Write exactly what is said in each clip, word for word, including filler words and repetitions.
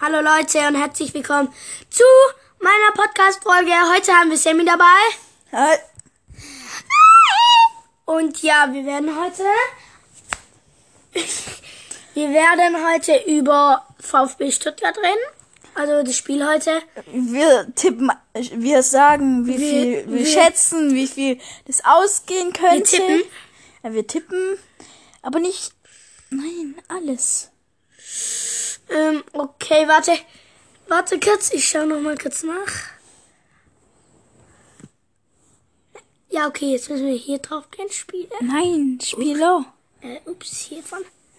Hallo Leute und herzlich willkommen zu meiner Podcast-Folge. Heute haben wir Sammy dabei. Hi. Und ja, wir werden heute wir werden heute über VfB Stuttgart reden. Also das Spiel heute. Wir tippen, wir sagen, wie Wir- viel, wir, wir- schätzen, wie viel das ausgehen könnte. Wir tippen. Ja, wir tippen, aber nicht, nein, alles. Ähm, okay, warte. Warte kurz, ich schaue noch mal kurz nach. Ja, okay, jetzt müssen wir hier drauf gehen, Spiele. Nein, Spieler. Äh, ups, hiervon.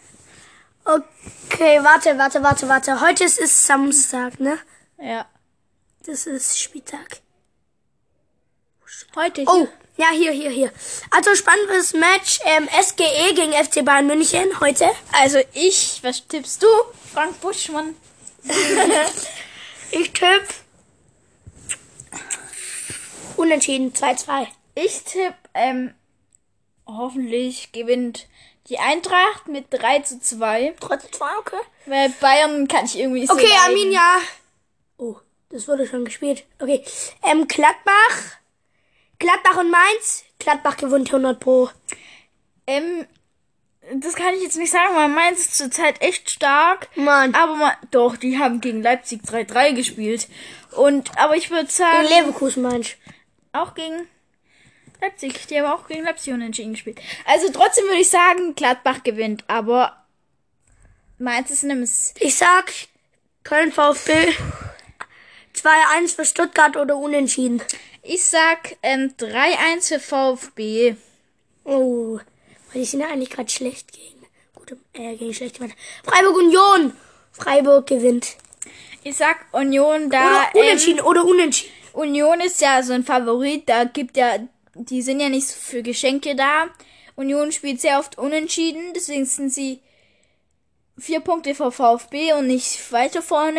Okay, warte, warte, warte, warte. Heute ist es Samstag, ne? Ja. Das ist Spieltag. Heute hier. Oh, ja, hier, hier, hier. Also spannendes Match. Ähm, S G E gegen F C Bayern München heute. Also ich, was tippst du? Frank Buschmann. Ich tippe unentschieden, zwei zwei. Ich tippe, ähm, hoffentlich gewinnt die Eintracht mit drei zu zwei. drei zu zwei, okay. Weil Bayern kann ich irgendwie nicht so Okay, leiden. Arminia. Oh, das wurde schon gespielt. Okay, ähm, Gladbach. Gladbach und Mainz. Gladbach gewinnt hundert pro. Ähm, das kann ich jetzt nicht sagen, weil Mainz ist zurzeit echt stark. Mann. Aber man, doch, die haben gegen Leipzig drei drei gespielt. Und, aber ich würde sagen, Gegen Leverkusen meinst auch gegen Leipzig. Die haben auch gegen Leipzig unentschieden gespielt. Also trotzdem würde ich sagen, Gladbach gewinnt. Aber Mainz ist nimm's. Ich sag Köln VfB zwei eins für Stuttgart oder unentschieden. Ich sag ähm, drei eins für VfB. Oh, weil die sind ja eigentlich gerade schlecht gegen gute, äh, gegen schlechte Mannschaft. Freiburg Union. Freiburg gewinnt. Ich sag Union da. Oder unentschieden oder unentschieden. Ähm, Union ist ja so ein Favorit. Da gibt ja, die sind ja nicht für Geschenke da. Union spielt sehr oft unentschieden. Deswegen sind sie vier Punkte vor VfB und nicht weiter vorne.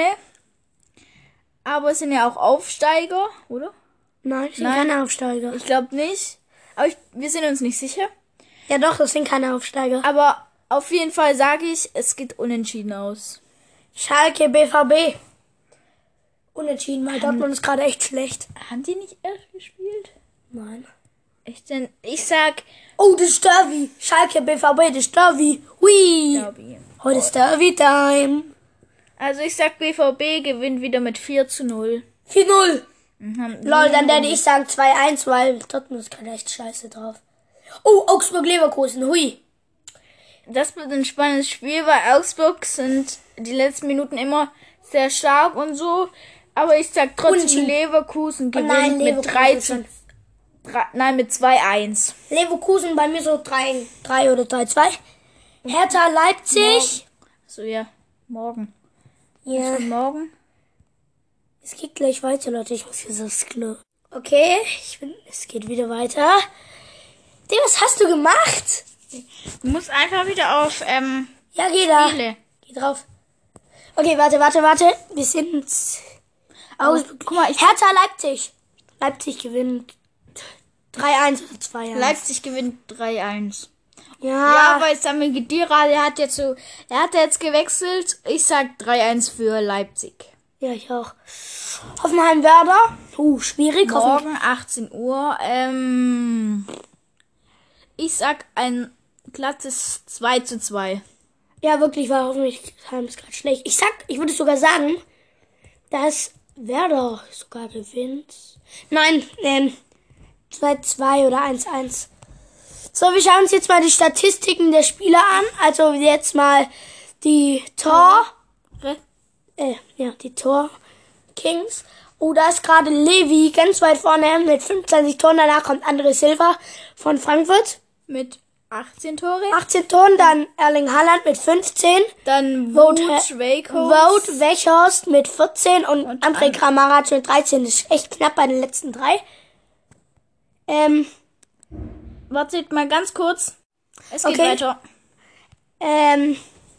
Aber es sind ja auch Aufsteiger, oder? Nein, das sind Nein. keine Aufsteiger. Ich glaube nicht. Aber ich, wir sind uns nicht sicher. Ja doch, das sind keine Aufsteiger. Aber auf jeden Fall sage ich, es geht unentschieden aus. Schalke B V B. Unentschieden, weil Dortmund ist gerade echt schlecht. Haben die nicht erst gespielt? Nein. Echt denn? Ich sag Oh, das ist Derby. Schalke B V B, das ist Derby. Hui. Derby. Heute ist Derby-Time. Also ich sag B V B gewinnt wieder mit vier zu null. vier null. Mhm. Lol, dann werde ich sagen zwei eins, weil Dortmund ist gerade echt scheiße drauf. Oh, Augsburg-Leverkusen, hui. Das wird ein spannendes Spiel, weil Augsburg sind die letzten Minuten immer sehr stark und so. Aber ich sag trotzdem, Unentschieden. Leverkusen Oh gewinnt nein, mit Leverkusen drei ist zu schon. drei, nein, mit zwei eins. Leverkusen bei mir so drei drei oder drei zwei. Hertha Leipzig. So, ja. Morgen. Ja, Schon morgen? es geht gleich weiter, Leute. Ich muss hier so aufs Klo. Okay, ich bin, es geht wieder weiter. Digga, was hast du gemacht? Du musst einfach wieder auf, ähm, Ja, geh da. Spiele. Geh drauf. Okay, warte, warte, warte. Wir sind aus. guck mal, ich- Hertha Leipzig. Leipzig gewinnt drei eins oder zwei eins. Leipzig gewinnt drei eins. Ja, Ja, weil Sammy Khedira, der hat jetzt so, er hat jetzt gewechselt. Ich sag drei eins für Leipzig. ja, ich auch. Hoffenheim Werder. Uh, schwierig. Hoffen Morgen achtzehn Uhr. Ähm, ich sag ein glattes zwei zu zwei. ja, wirklich, war Hoffenheim ist gerade schlecht. Ich sag, ich würde sogar sagen, dass Werder sogar gewinnt. Nein, ähm, zwei zwei oder eins eins. So, wir schauen uns jetzt mal die Statistiken der Spieler an. Also jetzt mal die Tor, äh, ja, die Tor Kings. Oh, da ist gerade Levi ganz weit vorne mit fünfundzwanzig Toren. Danach kommt André Silva von Frankfurt. Mit achtzehn Tore. achtzehn Toren, dann Erling Haaland mit fünfzehn. Dann Wout Wout Weghorst. Wout Weghorst mit vierzehn und, Und André An- Kramaric mit dreizehn. Das ist echt knapp bei den letzten drei. Ähm, Wartet mal ganz kurz. Es geht Okay. weiter. ähm,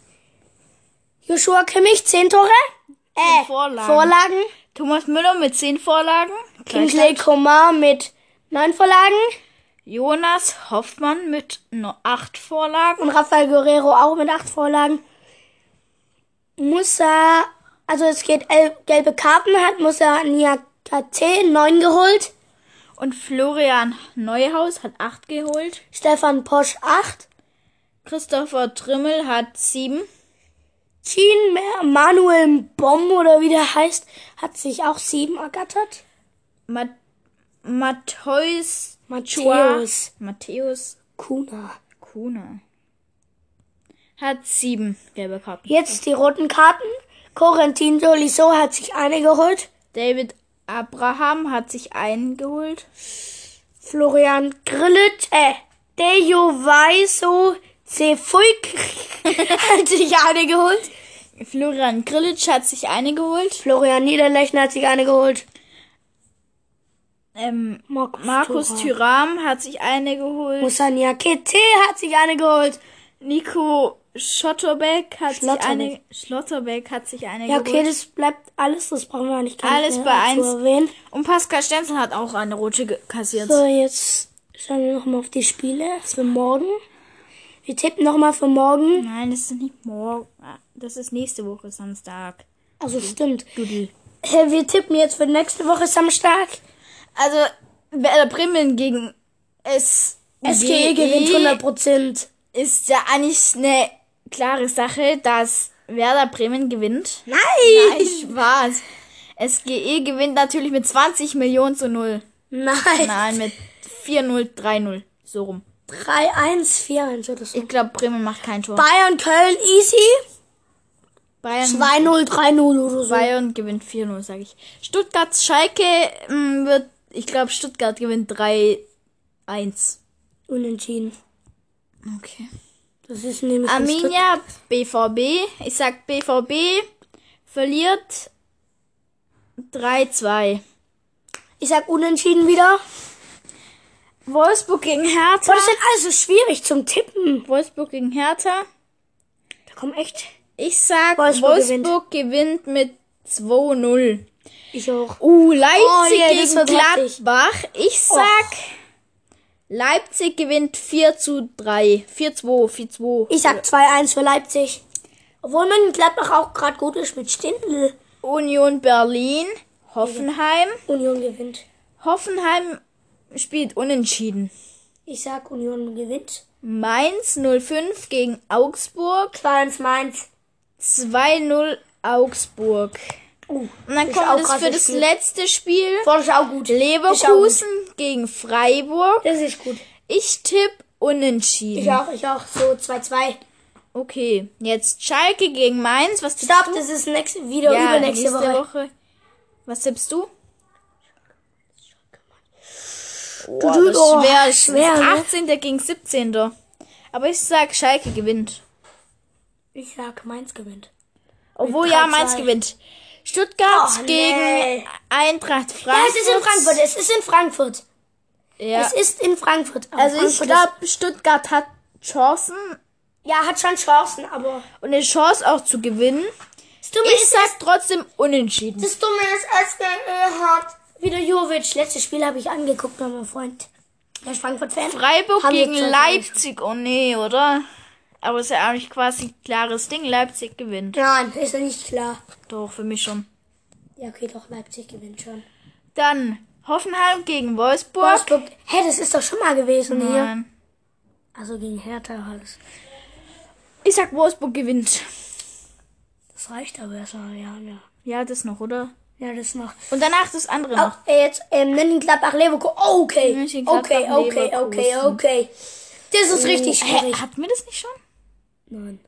Joshua Kimmich, zehn Tore. Äh, Vorlagen. Vorlagen. Thomas Müller mit zehn Vorlagen. Kingsley Coman mit neun Vorlagen. Jonas Hoffmann mit nur acht Vorlagen. Und Rafael Guerrero auch mit acht Vorlagen. Musa Also es geht el- gelbe Karten, hat Musa Niakate neun geholt. Und Florian Neuhaus hat acht geholt. Stefan Posch acht. Christopher Trimmel hat sieben. Jean Manuel Bomb oder wie der heißt, hat sich auch sieben ergattert. Ma Matthäus Matthäus Matthäus Kuna. Kuna hat sieben gelbe Karten. Jetzt die roten Karten. Corentin Tolisso hat sich eine geholt. David Abraham hat sich einen geholt. Florian Grillitsch, äh, Dejo Weiso Cefuik hat sich eine geholt. Florian Grillitsch hat sich eine geholt. Florian Niederlechner hat sich eine geholt. Ähm, Markus, Markus Thüram hat sich eine geholt. Musa Niakate hat sich eine geholt. Nico Schotterbeck hat sich Schlotterbeck. eine Schlotterbeck hat sich eine Ja, geholt. okay, das bleibt alles, das brauchen wir nicht ganz Alles mehr bei eins. zu erwähnen. Und Pascal Stenzel hat auch eine rote ge- kassiert. So, jetzt schauen wir nochmal auf die Spiele für morgen. Wir tippen nochmal für morgen. Nein, das ist nicht morgen. Das ist nächste Woche Samstag. Also stimmt. Dudel. Äh, Wir tippen jetzt für nächste Woche Samstag. Also Werder Bremen gegen S S G E gewinnt hundert Prozent. ist ja eigentlich eine klare Sache, dass Werder Bremen gewinnt. Nein! Nein, Spaß. S G E gewinnt natürlich mit zwanzig Millionen zu null. Nein. Nein, mit vier null, drei null. So rum. drei eins, vier eins oder so. Ich glaube, Bremen macht kein Tor. Bayern, Köln, easy. Bayern, zwei null, drei null oder so. Bayern gewinnt vier null, sage ich. Stuttgart, Schalke mh, wird, ich glaube, Stuttgart gewinnt drei eins. Unentschieden. Okay. Das ist nämlich ein Arminia, B V B. Ich sag, B V B verliert drei zwei. Stück. Ich sag unentschieden wieder. Wolfsburg gegen Hertha. Boah, das ist alles so schwierig zum Tippen. Wolfsburg gegen Hertha. Da kommt echt. Ich sag, Wolfsburg Wolfsburg, gewinnt. mit zwei null. Ich auch. Uh, Leipzig Oh, yeah, das gegen wird heftig. Gladbach. Ich sag, Leipzig gewinnt vier zu drei. vier zwei, vier zwei. Ich sag zwei eins für Leipzig. Obwohl Mönchengladbach auch gerade gut ist mit Stindl. Union Berlin, Hoffenheim. Union gewinnt. Hoffenheim spielt unentschieden. Ich sag Union gewinnt. Mainz null fünf gegen Augsburg. zwei eins Mainz. zwei null Augsburg. Uh, Und dann ist kommt auch es krass, für das das Spiel. letzte Spiel. Boah, das ist auch gut. Leverkusen gegen Freiburg. Das ist gut. Ich tippe unentschieden. Ich auch, ich auch. So zwei zwei. Okay, jetzt Schalke gegen Mainz. Was tippst Stopp, du? das ist nächste, wieder Ja, übernächste nächste Woche. Woche. Was tippst du? Oh, Du, das du, ist oh, schwer. Das schwer, ist ne? achtzehnter gegen siebzehnter Aber ich sag, Schalke gewinnt. Ich sag Mainz gewinnt. Obwohl, Mit ja, drei Mainz zwei. gewinnt. Stuttgart Oh, gegen nee. Eintracht Ja, Frankfurt. es ist in Frankfurt. Es ist in Frankfurt. Ja. Es ist in Frankfurt. Aber Also ich Frankfurt glaube, Stuttgart hat Chancen ist, ja, hat schon Chancen, aber und eine Chance auch zu gewinnen. das Dumme Ich ist, sag trotzdem unentschieden. das Dumme ist, S G E hat wieder Jovic. Letztes Spiel habe ich angeguckt bei meinem Freund. Der ist Frankfurt-Fan. Freiburg Haben wir gegen zwei Leipzig. Oh nee, oder? Aber ist ja auch nicht quasi klares Ding. Leipzig gewinnt. Nein, ist ja nicht klar. Doch, für mich schon. Ja, okay, doch, Leipzig gewinnt schon. Dann Hoffenheim gegen Wolfsburg. Wolfsburg. Hä, das ist doch schon mal gewesen hier. Nein. Also gegen Hertha alles. Ich sag, Wolfsburg gewinnt. Das reicht aber erstmal, ja, ja. Ja, das noch, oder? Ja, das noch. Und danach das andere Oh, noch. äh, jetzt, ähm, Mönchengladbach, Leverkusen. Oh, okay. Mönchengladbach, Okay, okay, okay, Leverkusen. okay. Das ist richtig Hä, schwierig. hatten wir das nicht schon? Nein.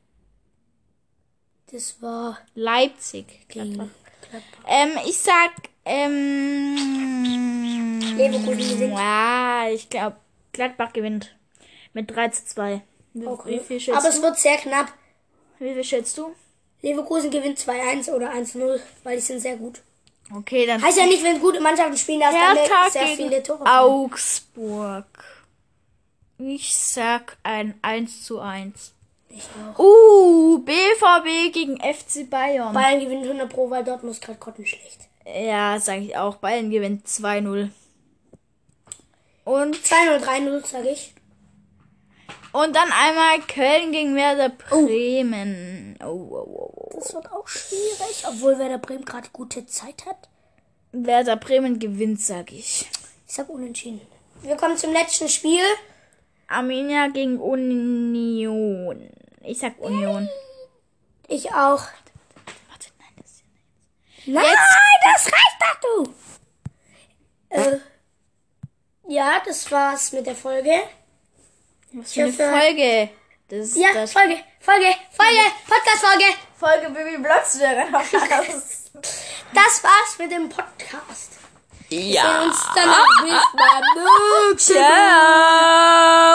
Das war Leipzig. gegen Gladbach. Gladbach. Ähm, ich sag, ähm... Leverkusen gewinnt. Ja, ich glaube, Gladbach gewinnt. Mit drei zu zwei. Wie, Okay. wie viel schätzt Aber es du? wird sehr knapp. Wie viel schätzt du? Leverkusen gewinnt zwei eins oder eins null, weil die sind sehr gut. Okay, dann Heißt ja nicht, wenn gute Mannschaften spielen, dass dann Hertha sehr viele gegen Tore fallen. Augsburg. Ich sag ein eins zu eins. Ich auch. Uh, B V B gegen F C Bayern. Bayern gewinnt hundert pro, weil Dortmund ist gerade grottenschlecht. Ja, sag ich auch. Bayern gewinnt zwei null. Und, zwei null, drei null, sag ich. und dann einmal Köln gegen Werder Bremen. Oh, oh, oh, oh. Das wird auch schwierig, obwohl Werder Bremen gerade gute Zeit hat. Werder Bremen gewinnt, sag ich. Ich sag unentschieden. Wir kommen zum letzten Spiel. Arminia gegen Union. Ich sag Union. Ich auch. Warte, nein, das ist ja nicht. Nein, Jetzt. das reicht doch, du. Äh, ja, das war's mit der Folge. Was für eine Folge. Das ist Ja, das Folge, Folge, Folge, Podcast-Folge. Folge Baby Blocksberger noch aus. Das war's mit dem Podcast. Ja. Wir sehen uns dann auch bis beim nächsten Mal. Ciao.